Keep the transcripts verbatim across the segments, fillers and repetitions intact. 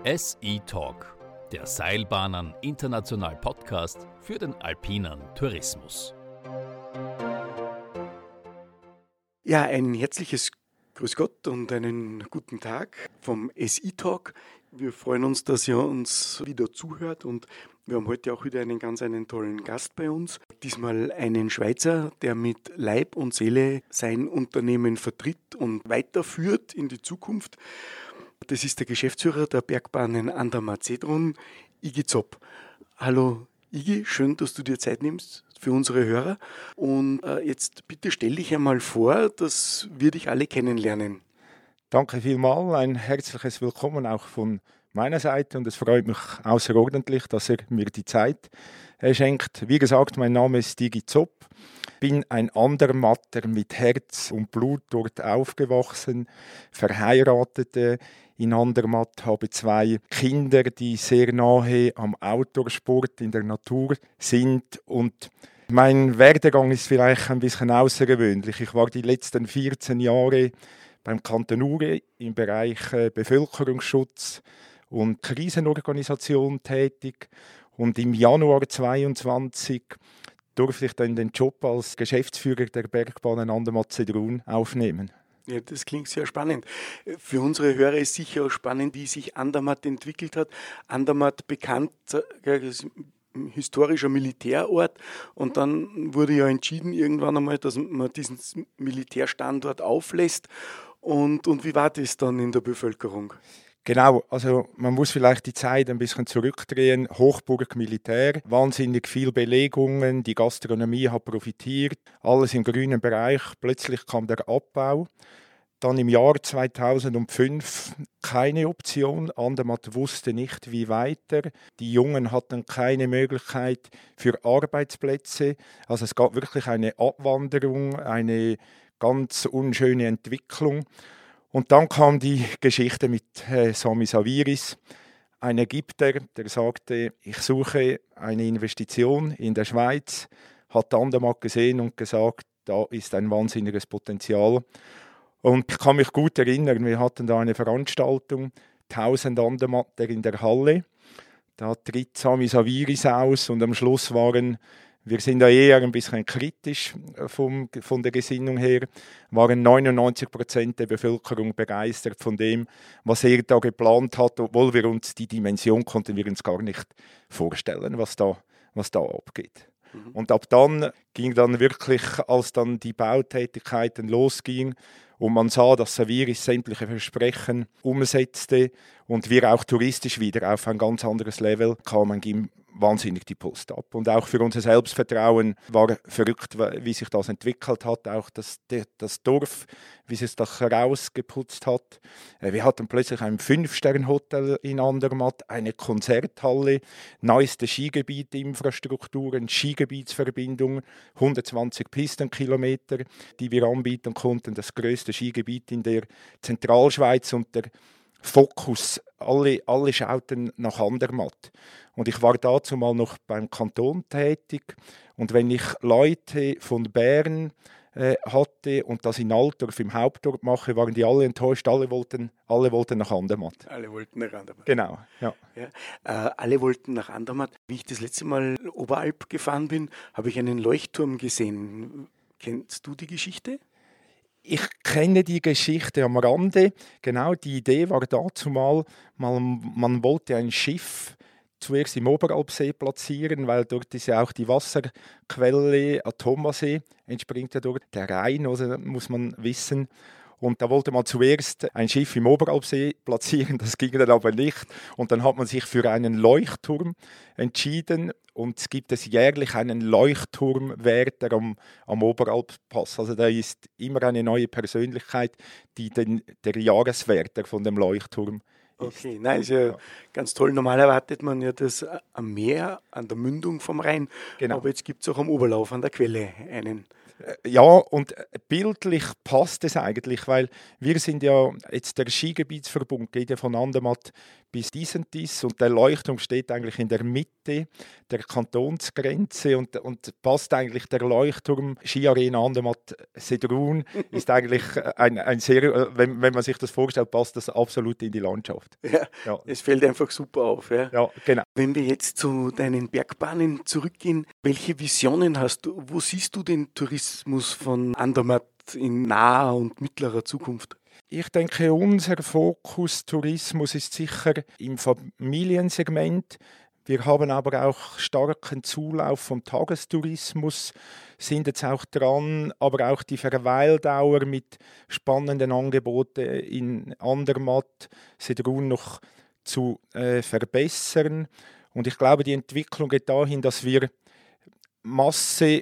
S E-Talk, der Seilbahnen International Podcast für den alpinen Tourismus. Ja, ein herzliches Grüß Gott und einen guten Tag vom S E-Talk. Wir freuen uns, dass ihr uns wieder zuhört und wir haben heute auch wieder einen ganz einen tollen Gast bei uns. Diesmal einen Schweizer, der mit Leib und Seele sein Unternehmen vertritt und weiterführt in die Zukunft. Das ist der Geschäftsführer der Bergbahnen Andermatt-Sedrun, Iggy Zopp. Hallo Iggy, schön, dass du dir Zeit nimmst für unsere Hörer. Und äh, jetzt bitte stell dich einmal vor, dass wir dich alle kennenlernen. Danke vielmals, ein herzliches Willkommen auch von meiner Seite und es freut mich außerordentlich, dass er mir die Zeit äh, schenkt. Wie gesagt, mein Name ist Iggy Zopp, bin ein Andermatter mit Herz und Blut dort aufgewachsen, verheiratet in Andermatt, habe zwei Kinder, die sehr nahe am Outdoor-Sport in der Natur sind und mein Werdegang ist vielleicht ein bisschen außergewöhnlich. Ich war die letzten vierzehn Jahre beim Kanton Uri im Bereich Bevölkerungsschutz und Krisenorganisation tätig und im Januar zweitausendzweiundzwanzig durfte ich dann den Job als Geschäftsführer der Bergbahnen Andermatt-Sedrun aufnehmen. Ja, das klingt sehr spannend. Für unsere Hörer ist sicher auch spannend, wie sich Andermatt entwickelt hat. Andermatt bekannt als historischer Militärort und dann wurde ja entschieden irgendwann einmal, dass man diesen Militärstandort auflässt. Und, und wie war das dann in der Bevölkerung? Genau, also man muss vielleicht die Zeit ein bisschen zurückdrehen. Hochburg Militär, wahnsinnig viel Belegungen, die Gastronomie hat profitiert, alles im grünen Bereich. Plötzlich kam der Abbau. Dann im Jahr zweitausendfünf keine Option. Andermatt wusste nicht, wie weiter. Die Jungen hatten keine Möglichkeit für Arbeitsplätze. Also es gab wirklich eine Abwanderung, eine ganz unschöne Entwicklung. Und dann kam die Geschichte mit äh, Sami Sawiris, ein Ägypter, der sagte, ich suche eine Investition in der Schweiz, hat Andermatt gesehen und gesagt, da ist ein wahnsinniges Potenzial. Und ich kann mich gut erinnern, wir hatten da eine Veranstaltung, tausend Andermatter in der Halle, da tritt Sami Sawiris aus und am Schluss waren, wir sind da eher ein bisschen kritisch vom, von der Gesinnung her, waren neunundneunzig Prozent der Bevölkerung begeistert von dem, was er da geplant hat, obwohl wir uns die Dimension konnten wir uns gar nicht vorstellen, was da, was da abgeht. Mhm. Und ab dann ging dann wirklich, als dann die Bautätigkeiten losgingen und man sah, dass Sawiris sämtliche Versprechen umsetzte und wir auch touristisch wieder auf ein ganz anderes Level kamen, ging wahnsinnig die Post ab. Und auch für unser Selbstvertrauen war verrückt, wie sich das entwickelt hat. Auch das, das Dorf, wie sich das herausgeputzt hat. Wir hatten plötzlich ein Fünf-Sterne-Hotel in Andermatt, eine Konzerthalle, neueste Skigebietinfrastrukturen, Skigebietsverbindungen, hundertzwanzig Pistenkilometer, die wir anbieten konnten. Das größte Skigebiet in der Zentralschweiz und der Fokus, alle, alle schauten nach Andermatt. Und ich war dazu mal noch beim Kanton tätig. Und wenn ich Leute von Bern äh, hatte und das in Altdorf im Hauptort mache, waren die alle enttäuscht. Alle wollten, alle wollten nach Andermatt. Alle wollten nach Andermatt. Genau, ja. ja äh, alle wollten nach Andermatt. Wie ich das letzte Mal Oberalp gefahren bin, habe ich einen Leuchtturm gesehen. Kennst du die Geschichte? Ich kenne die Geschichte am Rande. Genau, die Idee war dazu mal, mal man wollte ein Schiff zuerst im Oberalpsee platzieren, weil dort ist ja auch die Wasserquelle Athomasee, entspringt ja dort der Rhein, also muss man wissen. Und da wollte man zuerst ein Schiff im Oberalpsee platzieren, das ging dann aber nicht. Und dann hat man sich für einen Leuchtturm entschieden. Und es gibt es jährlich einen Leuchtturmwärter am, am Oberalppass. Also da ist immer eine neue Persönlichkeit, die den, der Jahreswärter von dem Leuchtturm ist. Okay, nein, ist ja, ja ganz toll. Normal erwartet man ja das am Meer, an der Mündung vom Rhein. Genau. Aber jetzt gibt es auch am Oberlauf, an der Quelle einen. Ja, und bildlich passt es eigentlich, weil wir sind ja jetzt der Skigebietsverbund, geht ja von Andermatt bis Disentis und der Leuchtturm steht eigentlich in der Mitte der Kantonsgrenze und, und passt eigentlich der Leuchtturm Skiarena Andermatt-Sedrun ist eigentlich ein, ein sehr, wenn, wenn man sich das vorstellt, passt das absolut in die Landschaft. Ja, ja. Es fällt einfach super auf. Ja. Ja, genau. Wenn wir jetzt zu deinen Bergbahnen zurückgehen, welche Visionen hast du? Wo siehst du den Tourismus von Andermatt in naher und mittlerer Zukunft? Ich denke, unser Fokus Tourismus ist sicher im Familiensegment. Wir haben aber auch starken Zulauf vom Tagestourismus, sind jetzt auch dran, aber auch die Verweildauer mit spannenden Angeboten in Andermatt, Sedrun noch zu äh, verbessern. Und ich glaube, die Entwicklung geht dahin, dass wir Masse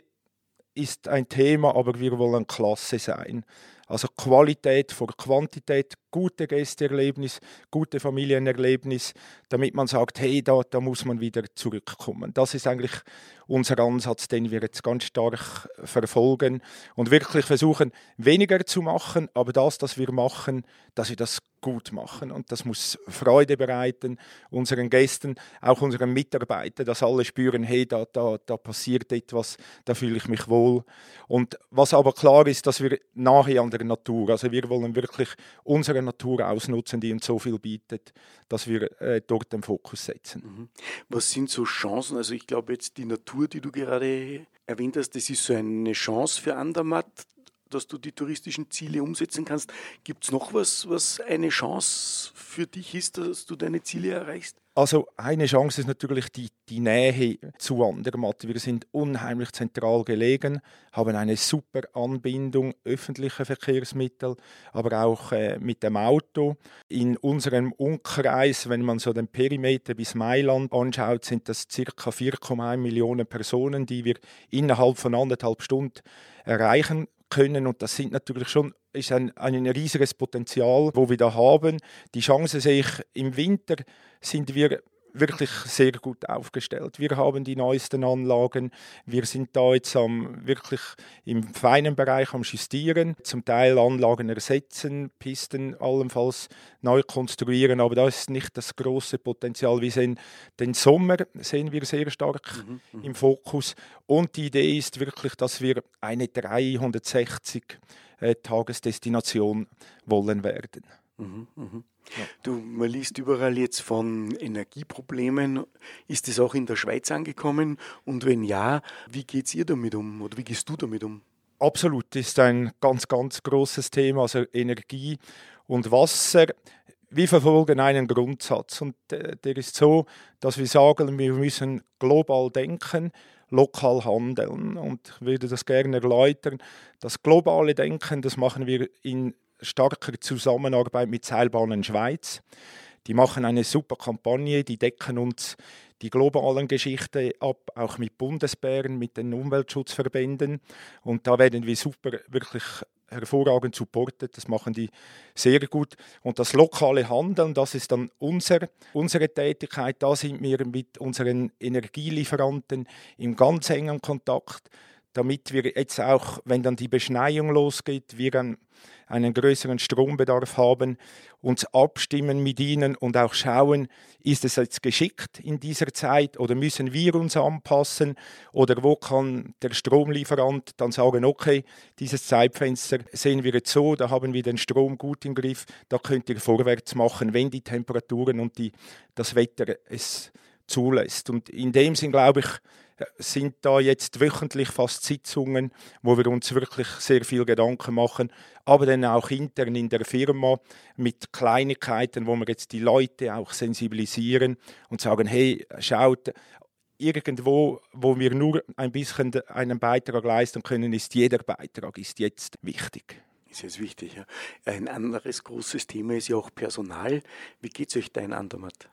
ist ein Thema, aber wir wollen Klasse sein. Also Qualität vor Quantität, gute Gästeerlebnis, gute Familienerlebnis, damit man sagt, hey, da, da muss man wieder zurückkommen. Das ist eigentlich unser Ansatz, den wir jetzt ganz stark verfolgen und wirklich versuchen, weniger zu machen, aber das, was wir machen, dass wir das gut machen. Und das muss Freude bereiten, unseren Gästen, auch unseren Mitarbeitern, dass alle spüren, hey, da, da, da passiert etwas, da fühle ich mich wohl. Und was aber klar ist, dass wir nahe an der Natur, also wir wollen wirklich unsere Natur ausnutzen, die uns so viel bietet, dass wir äh, dort den Fokus setzen. Was sind so Chancen? Also ich glaube jetzt die Natur, die du gerade erwähnt hast, das ist so eine Chance für Andermatt, dass du die touristischen Ziele umsetzen kannst. Gibt es noch was, was eine Chance für dich ist, dass du deine Ziele erreichst? Also eine Chance ist natürlich die, die Nähe zu Andermatt. Wir sind unheimlich zentral gelegen, haben eine super Anbindung, öffentliche Verkehrsmittel, aber auch äh, mit dem Auto. In unserem Umkreis, wenn man so den Perimeter bis Mailand anschaut, sind das ca. vier Komma eins Millionen Personen, die wir innerhalb von anderthalb Stunden erreichen können. Und das sind natürlich schon ist ein, ein riesiges Potenzial, wo wir da haben. Die Chance sehe ich, im Winter sind wir wirklich sehr gut aufgestellt. Wir haben die neuesten Anlagen. Wir sind da jetzt am, wirklich im feinen Bereich am Justieren, zum Teil Anlagen ersetzen, Pisten allenfalls neu konstruieren, aber da ist nicht das große Potenzial. Wir sehen den Sommer sehen wir sehr stark mhm, im Fokus und die Idee ist wirklich, dass wir eine dreihundertsechzig äh, Tagesdestination wollen werden. Mhm, mh. Ja. Du, man liest überall jetzt von Energieproblemen. Ist es auch in der Schweiz angekommen? Und wenn ja, wie geht ihr damit um oder wie gehst du damit um? Absolut, das ist ein ganz, ganz großes Thema, also Energie und Wasser. Wir verfolgen einen Grundsatz und der ist so, dass wir sagen, wir müssen global denken, lokal handeln. Und ich würde das gerne erläutern. Das globale Denken, das machen wir in starker Zusammenarbeit mit Seilbahnen Schweiz. Die machen eine super Kampagne, die decken uns die globalen Geschichten ab, auch mit Bundesbären, mit den Umweltschutzverbänden. Und da werden wir super, wirklich hervorragend supportet. Das machen die sehr gut. Und das lokale Handeln, das ist dann unser, unsere Tätigkeit. Da sind wir mit unseren Energielieferanten in ganz engem Kontakt, damit wir jetzt auch, wenn dann die Beschneiung losgeht, wir dann einen größeren Strombedarf haben, uns abstimmen mit ihnen und auch schauen, ist es jetzt geschickt in dieser Zeit oder müssen wir uns anpassen oder wo kann der Stromlieferant dann sagen, okay, dieses Zeitfenster sehen wir jetzt so, da haben wir den Strom gut im Griff, da könnt ihr vorwärts machen, wenn die Temperaturen und die, das Wetter es zulässt. Und in dem Sinn, glaube ich, sind da jetzt wöchentlich fast Sitzungen, wo wir uns wirklich sehr viel Gedanken machen, aber dann auch intern in der Firma mit Kleinigkeiten, wo wir jetzt die Leute auch sensibilisieren und sagen, hey, schaut, irgendwo, wo wir nur ein bisschen einen Beitrag leisten können, ist jeder Beitrag ist jetzt wichtig. Ist jetzt wichtig, ja. Ein anderes großes Thema ist ja auch Personal. Wie geht es euch da in Andermatt?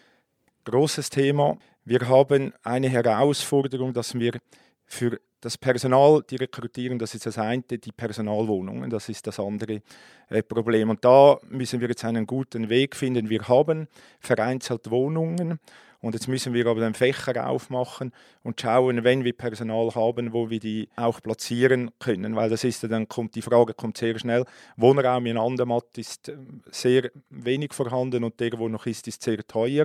Großes Thema. Wir haben eine Herausforderung, dass wir für das Personal, die rekrutieren, das ist das eine, die Personalwohnungen, das ist das andere äh, Problem. Und da müssen wir jetzt einen guten Weg finden. Wir haben vereinzelt Wohnungen Und jetzt müssen wir aber den Fächer aufmachen und schauen, wenn wir Personal haben, wo wir die auch platzieren können. Weil das ist, dann kommt die Frage kommt sehr schnell. Wohnraum in Andermatt ist sehr wenig vorhanden und der, wo noch ist, ist sehr teuer.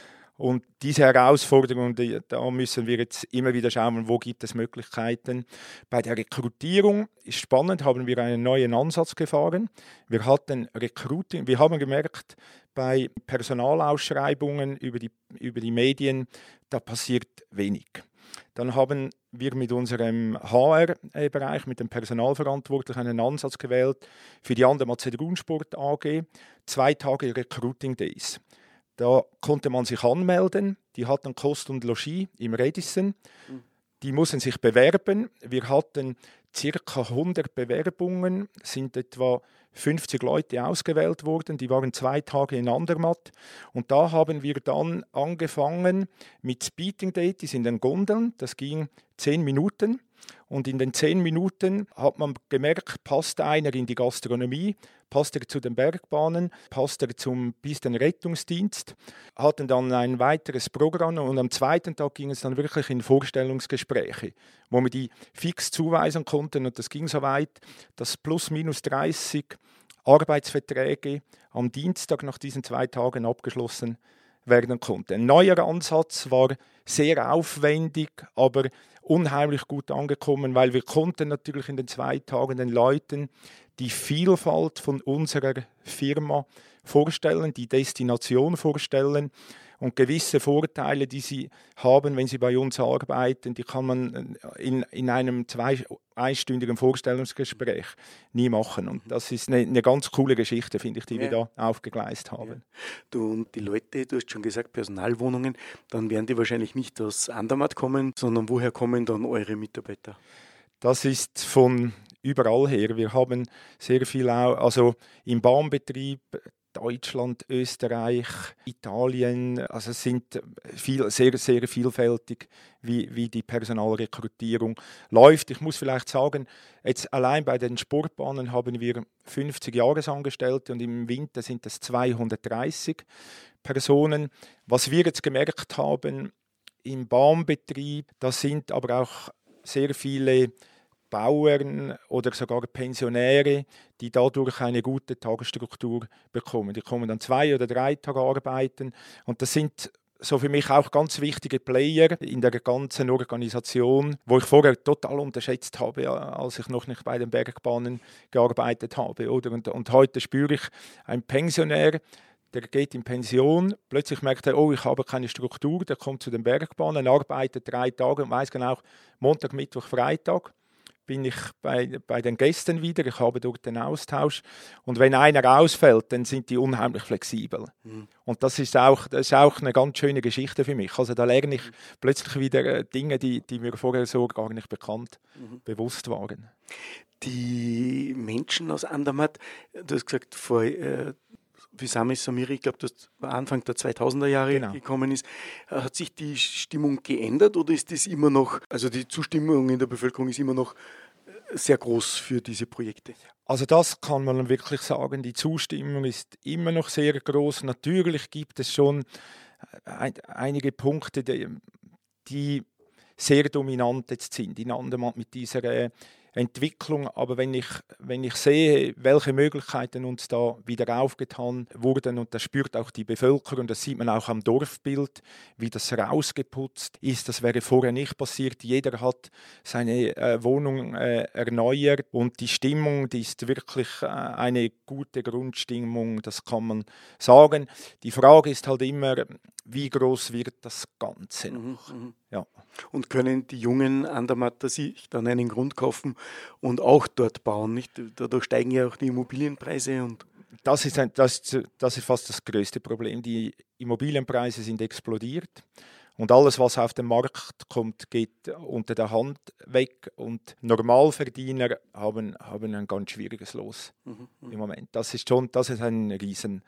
Und diese Herausforderung, die, da müssen wir jetzt immer wieder schauen, wo gibt es Möglichkeiten. Bei der Rekrutierung ist spannend, haben wir einen neuen Ansatz gefahren. Wir hatten Recruiting, wir haben gemerkt, bei Personalausschreibungen über die, über die Medien, da passiert wenig. Dann haben wir mit unserem H R-Bereich, mit dem Personalverantwortlichen, einen Ansatz gewählt für die Andermatt Zedrunsport A G, zwei Tage Recruiting Days. Da konnte man sich anmelden, die hatten Kost und Logis im Radisson. Die mussten sich bewerben. Wir hatten ca. hundert Bewerbungen, sind etwa fünfzig Leute ausgewählt worden. Die waren zwei Tage in Andermatt. Und da haben wir dann angefangen mit Speaking Dates in den Gondeln. Das ging zehn Minuten. Und in den zehn Minuten hat man gemerkt, passt einer in die Gastronomie, passt er zu den Bergbahnen, passt er zum Pistenrettungsdienst, hatten dann ein weiteres Programm und am zweiten Tag ging es dann wirklich in Vorstellungsgespräche, wo wir die fix zuweisen konnten und das ging so weit, dass plus minus dreißig Arbeitsverträge am Dienstag nach diesen zwei Tagen abgeschlossen werden konnten. Ein neuer Ansatz war sehr aufwendig, aber unheimlich gut angekommen, weil wir konnten natürlich in den zwei Tagen den Leuten die Vielfalt von unserer Firma vorstellen, die Destination vorstellen und gewisse Vorteile, die sie haben, wenn sie bei uns arbeiten, die kann man in, in einem zwei, einstündigen Vorstellungsgespräch nie machen. Und das ist eine, eine ganz coole Geschichte, finde ich, die ja. wir da aufgegleist haben. Ja. Du, und die Leute, du hast schon gesagt, Personalwohnungen, dann werden die wahrscheinlich nicht aus Andermatt kommen, sondern woher kommen dann eure Mitarbeiter? Das ist von überall her. Wir haben sehr viel, auch, also im Bahnbetrieb, Deutschland, Österreich, Italien, also es sind viel, sehr, sehr vielfältig, wie, wie die Personalrekrutierung läuft. Ich muss vielleicht sagen, jetzt allein bei den Sportbahnen haben wir fünfzig Jahresangestellte und im Winter sind es zweihundertdreißig Personen. Was wir jetzt gemerkt haben im Bahnbetrieb, das sind aber auch sehr viele Bauern oder sogar Pensionäre, die dadurch eine gute Tagesstruktur bekommen. Die kommen dann zwei oder drei Tage arbeiten und das sind so für mich auch ganz wichtige Player in der ganzen Organisation, wo ich vorher total unterschätzt habe, als ich noch nicht bei den Bergbahnen gearbeitet habe. Oder? Und, und heute spüre ich, ein Pensionär, der geht in Pension, plötzlich merkt er, oh, ich habe keine Struktur, der kommt zu den Bergbahnen, arbeitet drei Tage und weiß genau, Montag, Mittwoch, Freitag bin ich bei, bei den Gästen wieder, ich habe dort den Austausch und wenn einer ausfällt, dann sind die unheimlich flexibel. Mhm. Und das ist, auch, das ist auch eine ganz schöne Geschichte für mich. Also da lerne ich mhm. plötzlich wieder Dinge, die, die mir vorher so gar nicht bekannt, mhm. bewusst waren. Die Menschen aus Andermatt, du hast gesagt, vor äh, wie Sami Samiri, ich glaube, das Anfang der zweitausender Jahre genau. gekommen ist, hat sich die Stimmung geändert oder ist das immer noch, also die Zustimmung in der Bevölkerung ist immer noch sehr groß für diese Projekte? Also das kann man wirklich sagen, die Zustimmung ist immer noch sehr groß. Natürlich gibt es schon ein, einige Punkte, die, die sehr dominant jetzt sind in Andermatt mit dieser äh, Entwicklung, aber wenn ich, wenn ich sehe, welche Möglichkeiten uns da wieder aufgetan wurden und das spürt auch die Bevölkerung, das sieht man auch am Dorfbild, wie das rausgeputzt ist, das wäre vorher nicht passiert. Jeder hat seine äh, Wohnung äh, erneuert und die Stimmung, die ist wirklich äh, eine gute Grundstimmung, das kann man sagen. Die Frage ist halt immer, wie groß wird das Ganze noch? Mhm, ja. Und können die jungen Andermatter sich dann einen Grund kaufen und auch dort bauen? Nicht? Dadurch steigen ja auch die Immobilienpreise. Und das, ist ein, das, das ist fast das größte Problem. Die Immobilienpreise sind explodiert und alles, was auf den Markt kommt, geht unter der Hand weg. Und Normalverdiener haben, haben ein ganz schwieriges Los mhm, im Moment. Das ist schon das ist ein Riesen.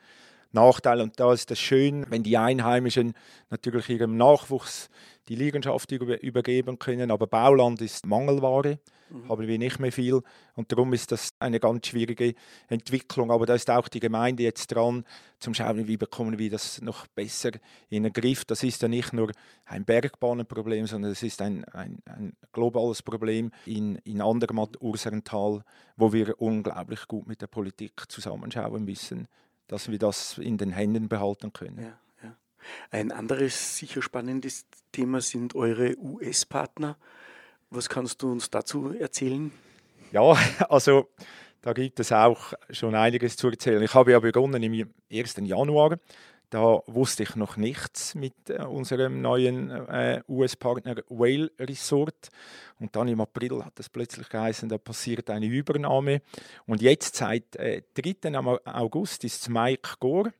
Nachteil. Und da ist es schön, wenn die Einheimischen natürlich ihrem Nachwuchs die Liegenschaft über, übergeben können. Aber Bauland ist Mangelware, mhm. haben wir nicht mehr viel. Und darum ist das eine ganz schwierige Entwicklung. Aber da ist auch die Gemeinde jetzt dran, zum Schauen, wie bekommen wir das noch besser in den Griff. Das ist ja nicht nur ein Bergbahnenproblem, sondern es ist ein, ein, ein globales Problem in, in Andermatt, Urserntal, wo wir unglaublich gut mit der Politik zusammenschauen müssen, dass wir das in den Händen behalten können. Ja, ja. Ein anderes sicher spannendes Thema sind eure U S-Partner. Was kannst du uns dazu erzählen? Ja, also da gibt es auch schon einiges zu erzählen. Ich habe ja begonnen im ersten Januar. Da wusste ich noch nichts mit äh, unserem neuen äh, U S-Partner Whale Resort. Und dann im April hat es plötzlich geheißen, da passiert eine Übernahme. Und jetzt seit äh, dritten August ist Mike Gore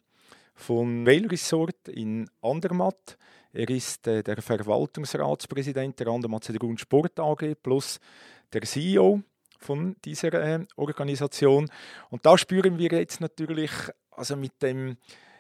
von Whale Resort in Andermatt. Er ist äh, der Verwaltungsratspräsident der Andermatt Grund Sport A G plus der C E O von dieser äh, Organisation. Und da spüren wir jetzt natürlich, also mit dem,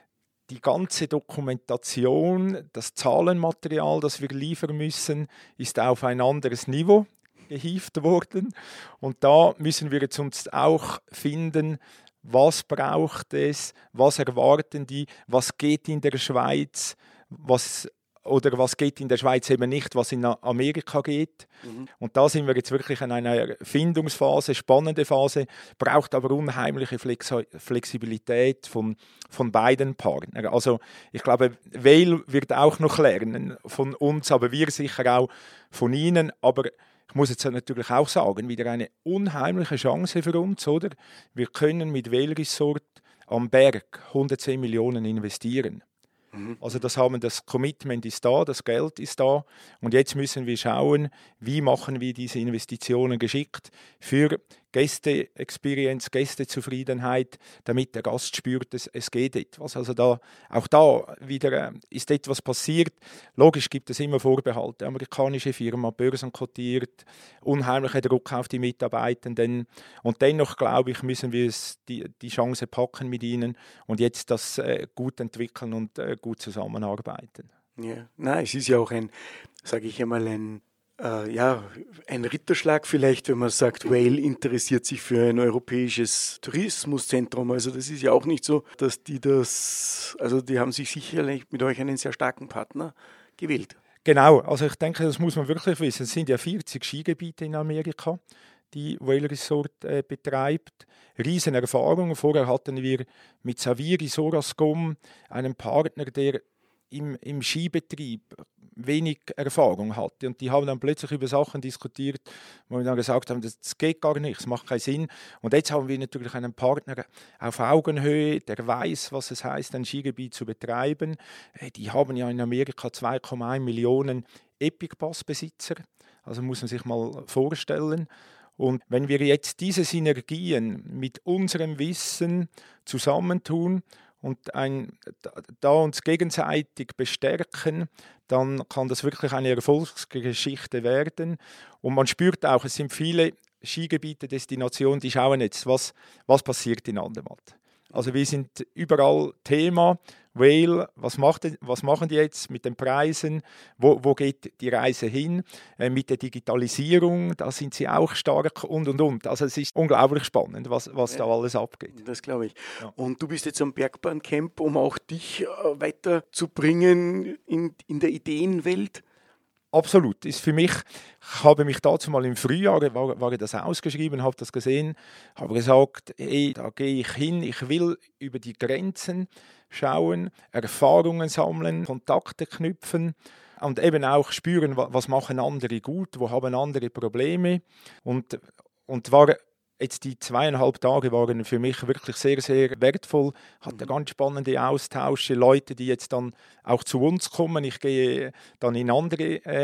die ganze Dokumentation, das Zahlenmaterial, das wir liefern müssen, ist auf ein anderes Niveau gehievt worden. Und da müssen wir jetzt uns auch finden, was braucht es, was erwarten die, was geht in der Schweiz, was oder was geht in der Schweiz eben nicht, was in Amerika geht. Mhm. Und da sind wir jetzt wirklich in einer Findungsphase, spannende Phase, braucht aber unheimliche Flex- Flexibilität von, von beiden Partnern. Also ich glaube, Whale wird auch noch lernen von uns, aber wir sicher auch von ihnen. Aber ich muss jetzt natürlich auch sagen, wieder eine unheimliche Chance für uns, oder? Wir können mit Whale Resort am Berg hundertzehn Millionen investieren. Also das haben das Commitment ist da, das Geld ist da und jetzt müssen wir schauen, wie machen wir diese Investitionen geschickt für Gäste-Experience, Gästezufriedenheit, damit der Gast spürt, es, es geht etwas. Also da, auch da wieder ist etwas passiert. Logisch gibt es immer Vorbehalte. Amerikanische Firma, börsenkotiert, unheimlicher Druck auf die Mitarbeitenden. Und dennoch, glaube ich, müssen wir es die, die Chance packen mit ihnen und jetzt das äh, gut entwickeln und äh, gut zusammenarbeiten. Ja, nein, es ist ja auch ein, sage ich einmal, ein Äh, ja, ein Ritterschlag vielleicht, wenn man sagt, Whale interessiert sich für ein europäisches Tourismuszentrum. Also das ist ja auch nicht so, dass die das, also die haben sich sicherlich mit euch einen sehr starken Partner gewählt. Genau, also ich denke, das muss man wirklich wissen. Es sind ja vierzig Skigebiete in Amerika, die Whale Resort äh, betreibt. Riesenerfahrung. Vorher hatten wir mit Saviri Sorascom einen Partner, der im, im Skibetrieb wenig Erfahrung hatte. Und die haben dann plötzlich über Sachen diskutiert, wo wir dann gesagt haben, das geht gar nicht, das macht keinen Sinn. Und jetzt haben wir natürlich einen Partner auf Augenhöhe, der weiß, was es heißt, ein Skigebiet zu betreiben. Die haben ja in Amerika zwei Komma eins Millionen Epic Pass-Besitzer. Also muss man sich mal vorstellen. Und wenn wir jetzt diese Synergien mit unserem Wissen zusammentun und ein, da uns gegenseitig bestärken, dann kann das wirklich eine Erfolgsgeschichte werden. Und man spürt auch, es sind viele Skigebiete, Destinationen, die schauen jetzt, was, was passiert in Andermatt. Also wir sind überall Thema. Whale, was, macht, was machen die jetzt mit den Preisen? Wo, wo geht die Reise hin? Äh, mit der Digitalisierung, da sind sie auch stark und, und, und. Also es ist unglaublich spannend, was, was ja, da alles abgeht. Das glaube ich. Ja. Und du bist jetzt am Bergbahncamp, um auch dich äh, weiterzubringen in, in der Ideenwelt? Absolut. Ist für mich, ich habe mich dazu mal im Frühjahr, war, war das ausgeschrieben, habe das gesehen, habe gesagt, hey, da gehe ich hin, ich will über die Grenzen schauen, Erfahrungen sammeln, Kontakte knüpfen und eben auch spüren, was machen andere gut, wo haben andere Probleme. Und, und war jetzt die zweieinhalb Tage waren für mich wirklich sehr, sehr wertvoll. Hatte ganz spannende Austausche, Leute, die jetzt dann auch zu uns kommen. Ich gehe dann in andere äh,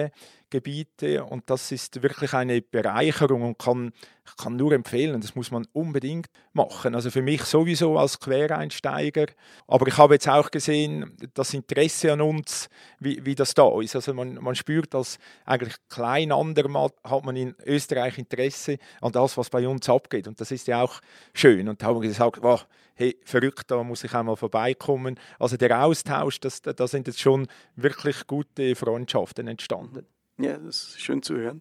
Gebiete und das ist wirklich eine Bereicherung und kann, ich kann nur empfehlen, das muss man unbedingt machen. Also für mich sowieso als Quereinsteiger, aber ich habe jetzt auch gesehen, das Interesse an uns, wie, wie das da ist. Also man, man spürt, als eigentlich Kleinandermatt hat man in Österreich Interesse an das, was bei uns abgeht und das ist ja auch schön und da haben wir gesagt, wow, hey, verrückt, da muss ich einmal vorbeikommen. Also der Austausch, das, da sind jetzt schon wirklich gute Freundschaften entstanden. Ja, das ist schön zu hören.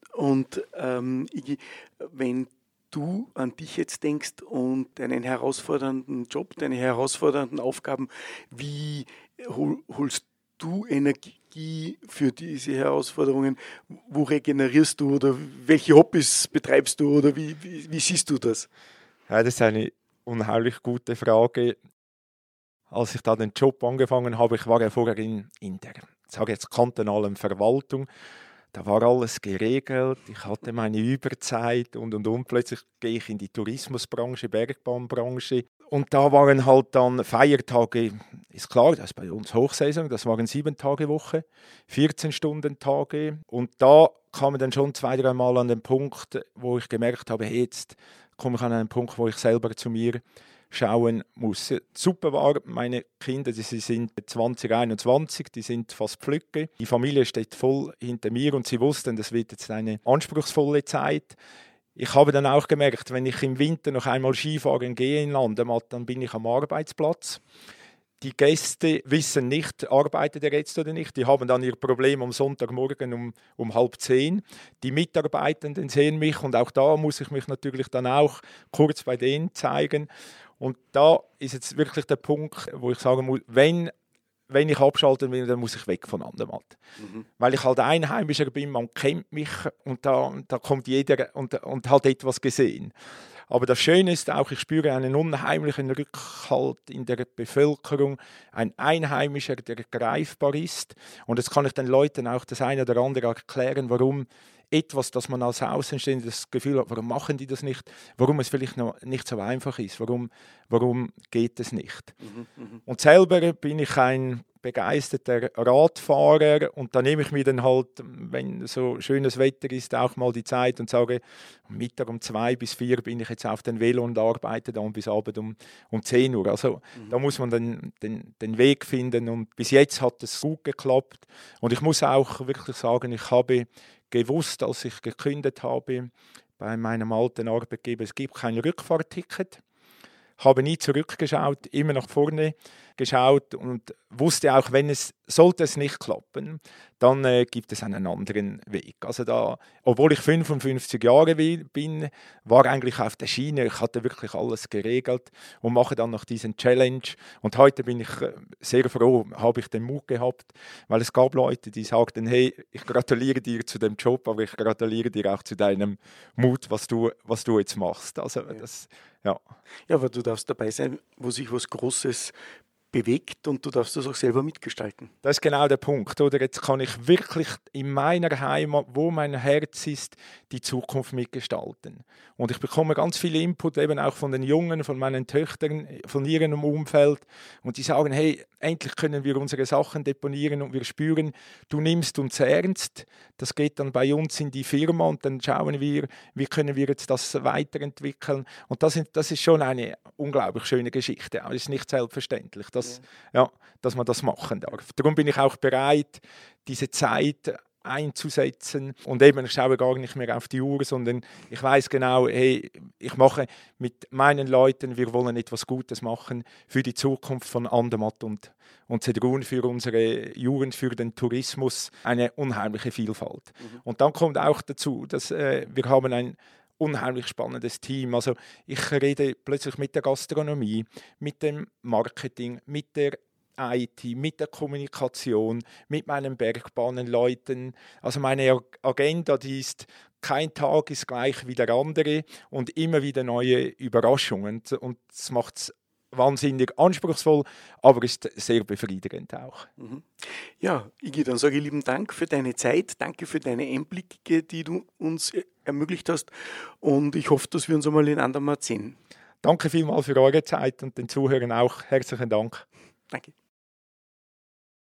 Und ähm, Iggy, wenn du an dich jetzt denkst und deinen herausfordernden Job, deine herausfordernden Aufgaben, wie hol, holst du Energie für diese Herausforderungen? Wo regenerierst du oder welche Hobbys betreibst du oder wie, wie, wie siehst du das? Ja, das ist eine unheimlich gute Frage. Als ich da den Job angefangen habe, ich war ja vorher in, in der Ich sage jetzt kantonalen Verwaltung, da war alles geregelt, ich hatte meine Überzeit und und und. Plötzlich gehe ich in die Tourismusbranche, Bergbahnbranche und da waren halt dann Feiertage, ist klar, das ist bei uns Hochsaison, das waren sieben Tage Woche, vierzehn Stunden Tage und da kam ich dann schon zwei, drei Mal an den Punkt, wo ich gemerkt habe, hey, jetzt komme ich an einen Punkt, wo ich selber zu mir schauen muss. Super war, meine Kinder, die sind zwanzig einundzwanzig, die sind fast pflücke. Die Familie steht voll hinter mir und sie wussten, das wird jetzt eine anspruchsvolle Zeit. Ich habe dann auch gemerkt, wenn ich im Winter noch einmal Skifahren gehe in Landematt, dann bin ich am Arbeitsplatz. Die Gäste wissen nicht, arbeitet er jetzt oder nicht. Die haben dann ihr Problem am Sonntagmorgen um, um halb zehn. Die Mitarbeitenden sehen mich und auch da muss ich mich natürlich dann auch kurz bei denen zeigen. Und da ist jetzt wirklich der Punkt, wo ich sagen muss, wenn, wenn ich abschalten will, dann muss ich weg von Andermatt. Mhm. Weil ich halt Einheimischer bin, man kennt mich und da, da kommt jeder und, und hat etwas gesehen. Aber das Schöne ist auch, ich spüre einen unheimlichen Rückhalt in der Bevölkerung, ein Einheimischer, der greifbar ist. Und jetzt kann ich den Leuten auch das eine oder andere erklären, warum etwas, das man als Außenstehender das Gefühl hat, warum machen die das nicht, warum es vielleicht noch nicht so einfach ist, warum, warum geht es nicht. Mhm, mh. Und selber bin ich ein begeisterter Radfahrer und da nehme ich mir dann halt, wenn so schönes Wetter ist, auch mal die Zeit und sage, Mittag um zwei bis vier bin ich jetzt auf den Velo und arbeite dann bis Abend um, um zehn Uhr. Also mhm. da muss man dann den, den Weg finden und bis jetzt hat es gut geklappt und ich muss auch wirklich sagen, ich habe gewusst, als ich gekündigt habe bei meinem alten Arbeitgeber, es gibt kein Rückfahrticket. Habe nie zurückgeschaut, immer nach vorne geschaut und wusste auch, wenn es sollte es nicht klappen, dann äh, gibt es einen anderen Weg. Also da, obwohl ich fünfundfünfzig Jahre bin, war eigentlich auf der Schiene. Ich hatte wirklich alles geregelt und mache dann noch diesen Challenge. Und heute bin ich sehr froh, habe ich den Mut gehabt, weil es gab Leute, die sagten, hey, ich gratuliere dir zu dem Job, aber ich gratuliere dir auch zu deinem Mut, was du, was du jetzt machst. Also ja. das, ja. Ja, aber du darfst dabei sein, wo sich was Großes bewegt und du darfst das auch selber mitgestalten. Das ist genau der Punkt. Oder? Jetzt kann ich wirklich in meiner Heimat, wo mein Herz ist, die Zukunft mitgestalten. Und ich bekomme ganz viel Input, eben auch von den Jungen, von meinen Töchtern, von ihrem Umfeld. Und die sagen, hey, endlich können wir unsere Sachen deponieren und wir spüren, du nimmst uns ernst. Das geht dann bei uns in die Firma und dann schauen wir, wie können wir jetzt das weiterentwickeln. Und das, das ist schon eine unglaublich schöne Geschichte. Das ist nicht selbstverständlich, dass, ja. Ja, dass man das machen darf. Darum bin ich auch bereit, diese Zeit einzusetzen und eben, ich schaue gar nicht mehr auf die Uhr, sondern ich weiß genau, hey, ich mache mit meinen Leuten, wir wollen etwas Gutes machen für die Zukunft von Andermatt und, und Sedrun, für unsere Jugend, für den Tourismus, eine unheimliche Vielfalt. Mhm. Und dann kommt auch dazu, dass äh, wir haben ein unheimlich spannendes Team. Also ich rede plötzlich mit der Gastronomie, mit dem Marketing, mit der I T, mit der Kommunikation, mit meinen Bergbahnenleuten. Also meine Agenda, die ist, kein Tag ist gleich wie der andere und immer wieder neue Überraschungen. Und das macht es wahnsinnig anspruchsvoll, aber ist sehr befriedigend auch. Ja, Iggy, dann sage ich lieben Dank für deine Zeit, danke für deine Einblicke, die du uns ermöglicht hast und ich hoffe, dass wir uns einmal in Andermatt sehen. Danke vielmals für eure Zeit und den Zuhörern auch. Herzlichen Dank. Danke.